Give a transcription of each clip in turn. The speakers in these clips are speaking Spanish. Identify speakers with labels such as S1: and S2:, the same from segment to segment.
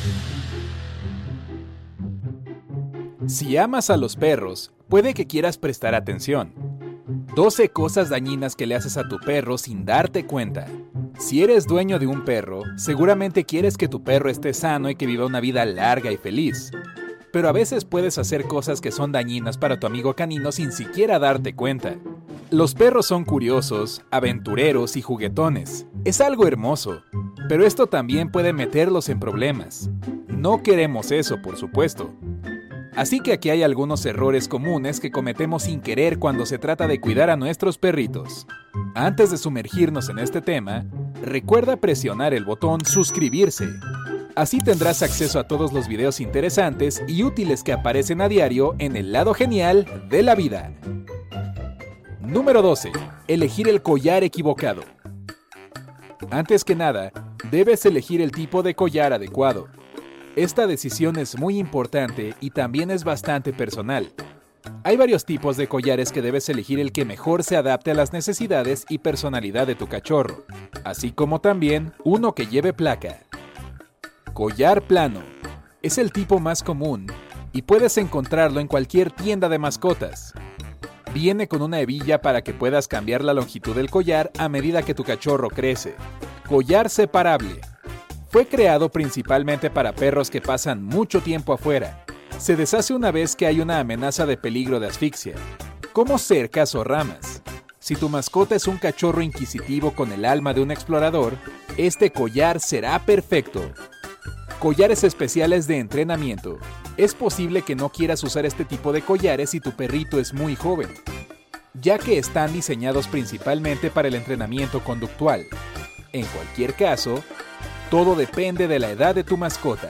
S1: Si amas a los perros, puede que quieras prestar atención. 12 cosas dañinas que le haces a tu perro sin darte cuenta. Si eres dueño de un perro, seguramente quieres que tu perro esté sano y que viva una vida larga y feliz. Pero a veces puedes hacer cosas que son dañinas para tu amigo canino sin siquiera darte cuenta. Los perros son curiosos, aventureros y juguetones. Es algo hermoso, pero esto también puede meterlos en problemas. No queremos eso, por supuesto. Así que aquí hay algunos errores comunes que cometemos sin querer cuando se trata de cuidar a nuestros perritos. Antes de sumergirnos en este tema, recuerda presionar el botón suscribirse. Así tendrás acceso a todos los videos interesantes y útiles que aparecen a diario en el lado genial de la vida. Número 12. Elegir el collar equivocado. Antes que nada, debes elegir el tipo de collar adecuado. Esta decisión es muy importante y también es bastante personal. Hay varios tipos de collares que debes elegir el que mejor se adapte a las necesidades y personalidad de tu cachorro, así como también uno que lleve placa. Collar plano. Es el tipo más común y puedes encontrarlo en cualquier tienda de mascotas. Viene con una hebilla para que puedas cambiar la longitud del collar a medida que tu cachorro crece. Collar separable. Fue creado principalmente para perros que pasan mucho tiempo afuera. Se deshace una vez que hay una amenaza de peligro de asfixia, como cercas o ramas. Si tu mascota es un cachorro inquisitivo con el alma de un explorador, este collar será perfecto. Collares especiales de entrenamiento. Es posible que no quieras usar este tipo de collares si tu perrito es muy joven, ya que están diseñados principalmente para el entrenamiento conductual. En cualquier caso, todo depende de la edad de tu mascota.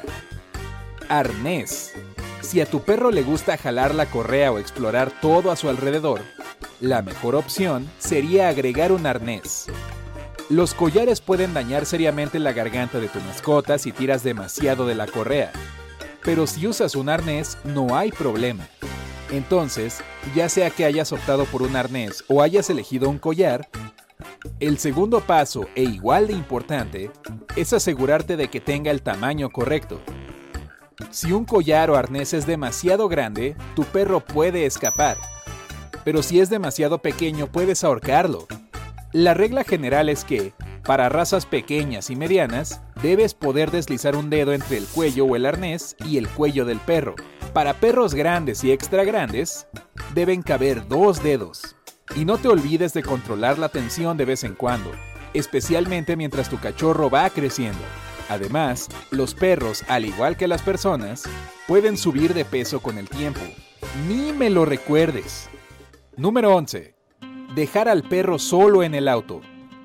S1: Arnés. Si a tu perro le gusta jalar la correa o explorar todo a su alrededor, la mejor opción sería agregar un arnés. Los collares pueden dañar seriamente la garganta de tu mascota si tiras demasiado de la correa, pero si usas un arnés no hay problema. Entonces, ya sea que hayas optado por un arnés o hayas elegido un collar, el segundo paso, e igual de importante, es asegurarte de que tenga el tamaño correcto. Si un collar o arnés es demasiado grande, tu perro puede escapar. Pero si es demasiado pequeño, puedes ahorcarlo. La regla general es que, para razas pequeñas y medianas, debes poder deslizar un dedo entre el cuello o el arnés y el cuello del perro. Para perros grandes y extra grandes, deben caber 2 dedos. Y no te olvides de controlar la tensión de vez en cuando, especialmente mientras tu cachorro va creciendo. Además, los perros, al igual que las personas, pueden subir de peso con el tiempo. Ni me lo recuerdes. Número 11. Dejar al perro solo en el auto.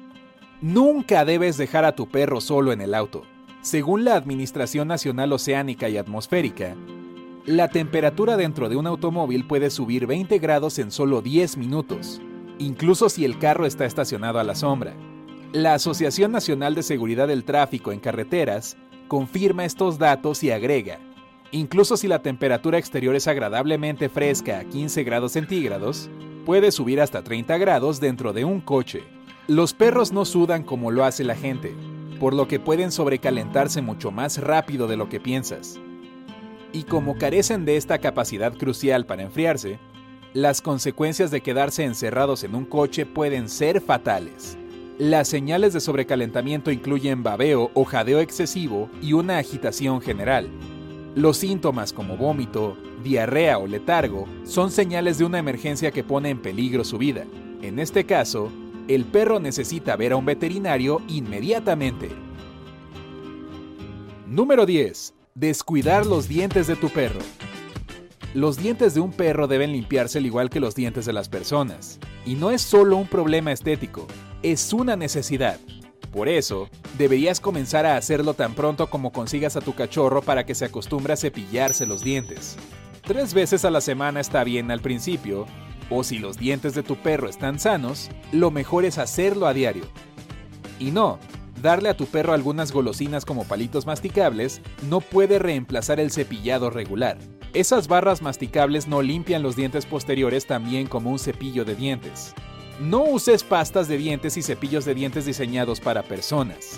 S1: Nunca debes dejar a tu perro solo en el auto. Según la Administración Nacional Oceánica y Atmosférica, la temperatura dentro de un automóvil puede subir 20 grados en solo 10 minutos, incluso si el carro está estacionado a la sombra. La Asociación Nacional de Seguridad del Tráfico en Carreteras confirma estos datos y agrega: incluso si la temperatura exterior es agradablemente fresca a 15 grados centígrados, puede subir hasta 30 grados dentro de un coche. Los perros no sudan como lo hace la gente, por lo que pueden sobrecalentarse mucho más rápido de lo que piensas. Y como carecen de esta capacidad crucial para enfriarse, las consecuencias de quedarse encerrados en un coche pueden ser fatales. Las señales de sobrecalentamiento incluyen babeo o jadeo excesivo y una agitación general. Los síntomas como vómito, diarrea o letargo son señales de una emergencia que pone en peligro su vida. En este caso, el perro necesita ver a un veterinario inmediatamente. Número 10. Descuidar los dientes de tu perro. Los dientes de un perro deben limpiarse al igual que los dientes de las personas. Y no es solo un problema estético, es una necesidad. Por eso, deberías comenzar a hacerlo tan pronto como consigas a tu cachorro para que se acostumbre a cepillarse los dientes. 3 veces a la semana está bien al principio, o si los dientes de tu perro están sanos, lo mejor es hacerlo a diario. Y no, darle a tu perro algunas golosinas como palitos masticables no puede reemplazar el cepillado regular. Esas barras masticables no limpian los dientes posteriores tan bien como un cepillo de dientes. No uses pastas de dientes y cepillos de dientes diseñados para personas.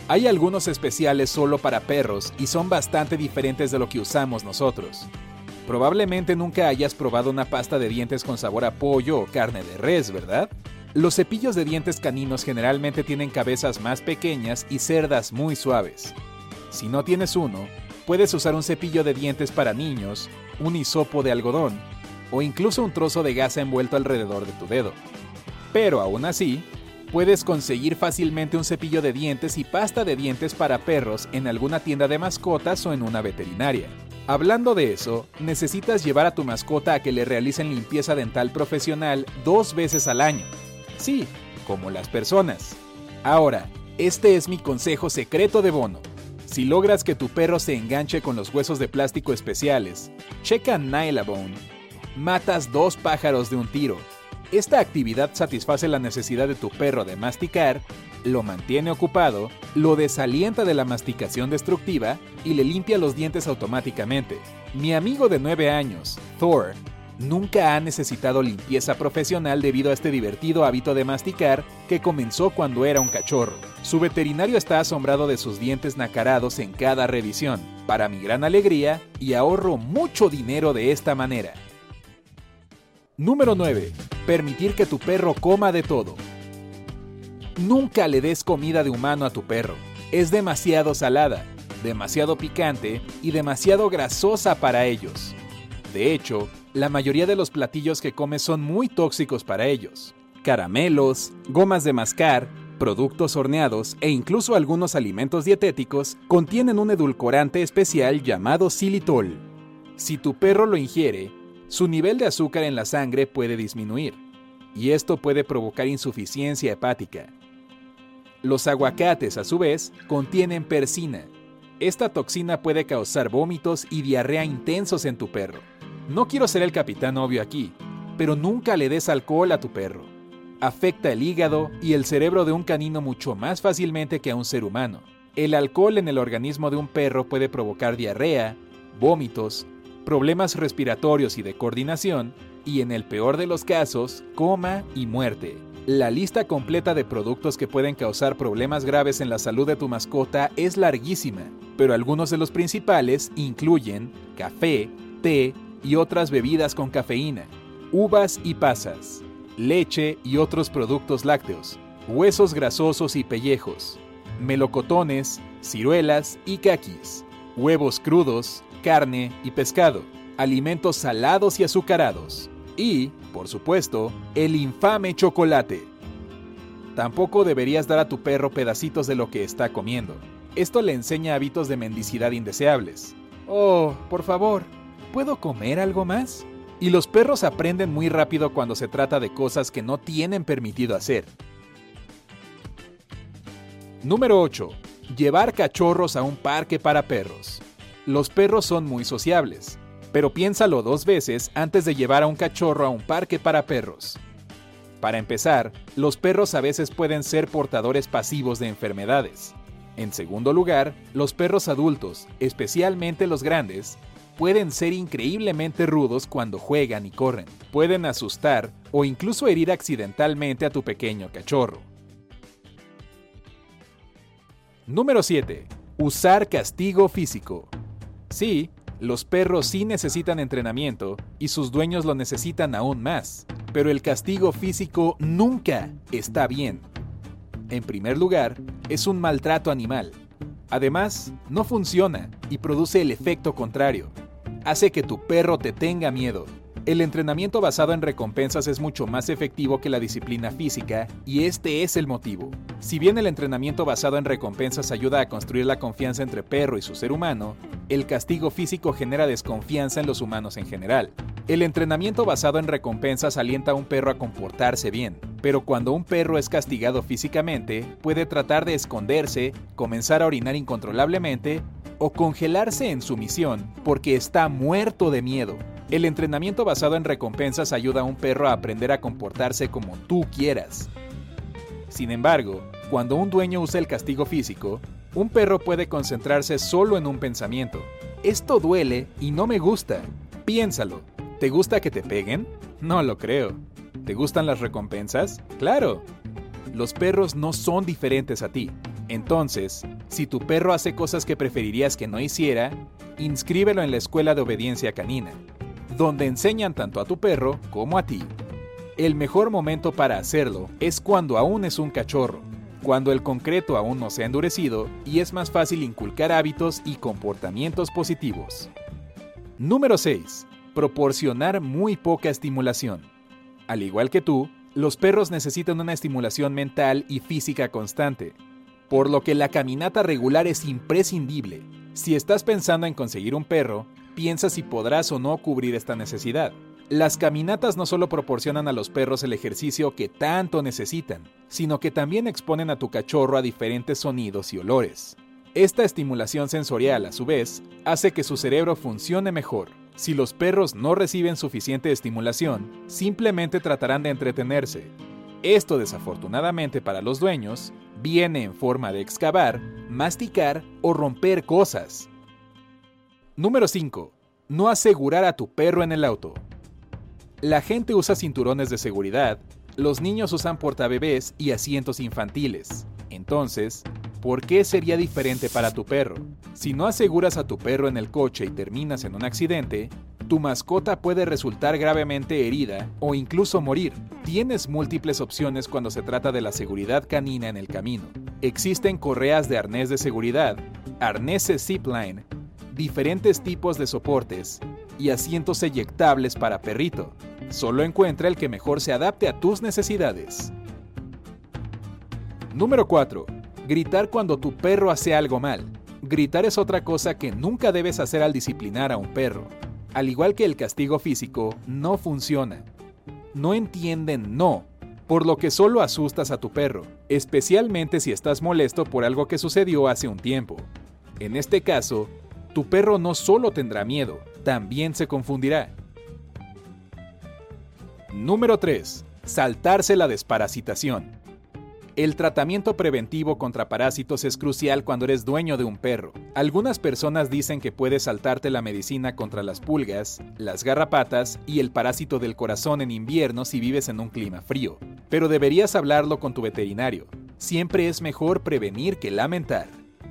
S1: Hay algunos especiales solo para perros y son bastante diferentes de lo que usamos nosotros. Probablemente nunca hayas probado una pasta de dientes con sabor a pollo o carne de res, ¿verdad? Los cepillos de dientes caninos generalmente tienen cabezas más pequeñas y cerdas muy suaves. Si no tienes uno, puedes usar un cepillo de dientes para niños, un hisopo de algodón o incluso un trozo de gasa envuelto alrededor de tu dedo. Pero aún así, puedes conseguir fácilmente un cepillo de dientes y pasta de dientes para perros en alguna tienda de mascotas o en una veterinaria. Hablando de eso, necesitas llevar a tu mascota a que le realicen limpieza dental profesional 2 veces al año. Sí, como las personas. Ahora, este es mi consejo secreto de bono. Si logras que tu perro se enganche con los huesos de plástico especiales, checa Nylabone. Matas 2 pájaros de un tiro. Esta actividad satisface la necesidad de tu perro de masticar, lo mantiene ocupado, lo desalienta de la masticación destructiva y le limpia los dientes automáticamente. Mi amigo de 9 años, Thor, nunca ha necesitado limpieza profesional debido a este divertido hábito de masticar que comenzó cuando era un cachorro. Su veterinario está asombrado de sus dientes nacarados en cada revisión, para mi gran alegría, y ahorro mucho dinero de esta manera. Número 9. Permitir que tu perro coma de todo. Nunca le des comida de humano a tu perro. Es demasiado salada, demasiado picante y demasiado grasosa para ellos. De hecho, la mayoría de los platillos que come son muy tóxicos para ellos. Caramelos, gomas de mascar, productos horneados e incluso algunos alimentos dietéticos contienen un edulcorante especial llamado xilitol. Si tu perro lo ingiere, su nivel de azúcar en la sangre puede disminuir, y esto puede provocar insuficiencia hepática. Los aguacates, a su vez, contienen persina. Esta toxina puede causar vómitos y diarrea intensos en tu perro. No quiero ser el capitán obvio aquí, pero nunca le des alcohol a tu perro. Afecta el hígado y el cerebro de un canino mucho más fácilmente que a un ser humano. El alcohol en el organismo de un perro puede provocar diarrea, vómitos, problemas respiratorios y de coordinación, y en el peor de los casos, coma y muerte. La lista completa de productos que pueden causar problemas graves en la salud de tu mascota es larguísima, pero algunos de los principales incluyen café, té y otras bebidas con cafeína, uvas y pasas, leche y otros productos lácteos, huesos grasosos y pellejos, melocotones, ciruelas y caquis, huevos crudos, carne y pescado, alimentos salados y azucarados, y, por supuesto, el infame chocolate. Tampoco deberías dar a tu perro pedacitos de lo que está comiendo. Esto le enseña hábitos de mendicidad indeseables. Oh, por favor, ¿puedo comer algo más? Y los perros aprenden muy rápido cuando se trata de cosas que no tienen permitido hacer. Número 8. Llevar cachorros a un parque para perros. Los perros son muy sociables, pero piénsalo 2 veces antes de llevar a un cachorro a un parque para perros. Para empezar, los perros a veces pueden ser portadores pasivos de enfermedades. En segundo lugar, los perros adultos, especialmente los grandes, pueden ser increíblemente rudos cuando juegan y corren. Pueden asustar o incluso herir accidentalmente a tu pequeño cachorro. Número 7. Usar castigo físico. Sí, los perros sí necesitan entrenamiento y sus dueños lo necesitan aún más, pero el castigo físico nunca está bien. En primer lugar, es un maltrato animal. Además, no funciona y produce el efecto contrario. Hace que tu perro te tenga miedo. El entrenamiento basado en recompensas es mucho más efectivo que la disciplina física, y este es el motivo. Si bien el entrenamiento basado en recompensas ayuda a construir la confianza entre perro y su ser humano, el castigo físico genera desconfianza en los humanos en general. El entrenamiento basado en recompensas alienta a un perro a comportarse bien, pero cuando un perro es castigado físicamente, puede tratar de esconderse, comenzar a orinar incontrolablemente o congelarse en sumisión porque está muerto de miedo. El entrenamiento basado en recompensas ayuda a un perro a aprender a comportarse como tú quieras. Sin embargo, cuando un dueño usa el castigo físico, un perro puede concentrarse solo en un pensamiento. Esto duele y no me gusta. Piénsalo. ¿Te gusta que te peguen? No lo creo. ¿Te gustan las recompensas? ¡Claro! Los perros no son diferentes a ti. Entonces, si tu perro hace cosas que preferirías que no hiciera, inscríbelo en la escuela de obediencia canina, donde enseñan tanto a tu perro como a ti. El mejor momento para hacerlo es cuando aún es un cachorro, cuando el concreto aún no se ha endurecido y es más fácil inculcar hábitos y comportamientos positivos. Número 6. Proporcionar muy poca estimulación. Al igual que tú, los perros necesitan una estimulación mental y física constante, por lo que la caminata regular es imprescindible. Si estás pensando en conseguir un perro, piensa si podrás o no cubrir esta necesidad. Las caminatas no solo proporcionan a los perros el ejercicio que tanto necesitan, sino que también exponen a tu cachorro a diferentes sonidos y olores. Esta estimulación sensorial, a su vez, hace que su cerebro funcione mejor. Si los perros no reciben suficiente estimulación, simplemente tratarán de entretenerse. Esto, desafortunadamente para los dueños, viene en forma de excavar, masticar o romper cosas. Número 5. No asegurar a tu perro en el auto. La gente usa cinturones de seguridad, los niños usan portabebés y asientos infantiles. Entonces, ¿por qué sería diferente para tu perro? Si no aseguras a tu perro en el coche y terminas en un accidente, tu mascota puede resultar gravemente herida o incluso morir. Tienes múltiples opciones cuando se trata de la seguridad canina en el camino. Existen correas de arnés de seguridad, arneses zipline, diferentes tipos de soportes y asientos eyectables para perrito. Solo encuentra el que mejor se adapte a tus necesidades. Número 4. Gritar cuando tu perro hace algo mal. Gritar es otra cosa que nunca debes hacer al disciplinar a un perro. Al igual que el castigo físico, no funciona. No entienden no, por lo que solo asustas a tu perro, especialmente si estás molesto por algo que sucedió hace un tiempo. En este caso, tu perro no solo tendrá miedo, también se confundirá. Número 3. Saltarse la desparasitación. El tratamiento preventivo contra parásitos es crucial cuando eres dueño de un perro. Algunas personas dicen que puedes saltarte la medicina contra las pulgas, las garrapatas y el parásito del corazón en invierno si vives en un clima frío. Pero deberías hablarlo con tu veterinario. Siempre es mejor prevenir que lamentar.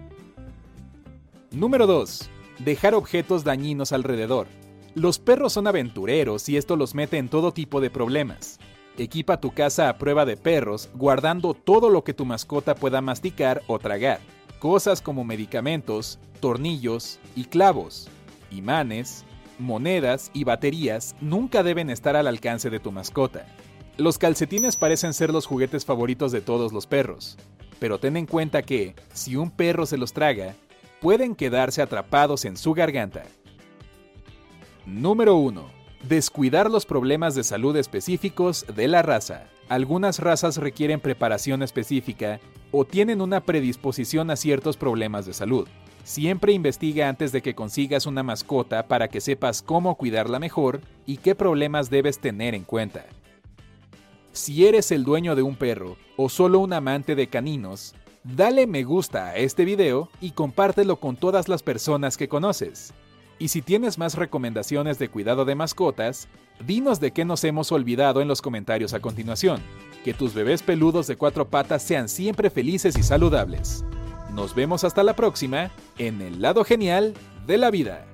S1: Número 2. Dejar objetos dañinos alrededor. Los perros son aventureros y esto los mete en todo tipo de problemas. Equipa tu casa a prueba de perros, guardando todo lo que tu mascota pueda masticar o tragar. Cosas como medicamentos, tornillos y clavos, imanes, monedas y baterías nunca deben estar al alcance de tu mascota. Los calcetines parecen ser los juguetes favoritos de todos los perros, pero ten en cuenta que, si un perro se los traga, pueden quedarse atrapados en su garganta. Número 1. Descuidar los problemas de salud específicos de la raza. Algunas razas requieren preparación específica o tienen una predisposición a ciertos problemas de salud. Siempre investiga antes de que consigas una mascota para que sepas cómo cuidarla mejor y qué problemas debes tener en cuenta. Si eres el dueño de un perro o solo un amante de caninos, dale me gusta a este video y compártelo con todas las personas que conoces. Y si tienes más recomendaciones de cuidado de mascotas, dinos de qué nos hemos olvidado en los comentarios a continuación. Que tus bebés peludos de 4 patas sean siempre felices y saludables. Nos vemos hasta la próxima en el lado genial de la vida.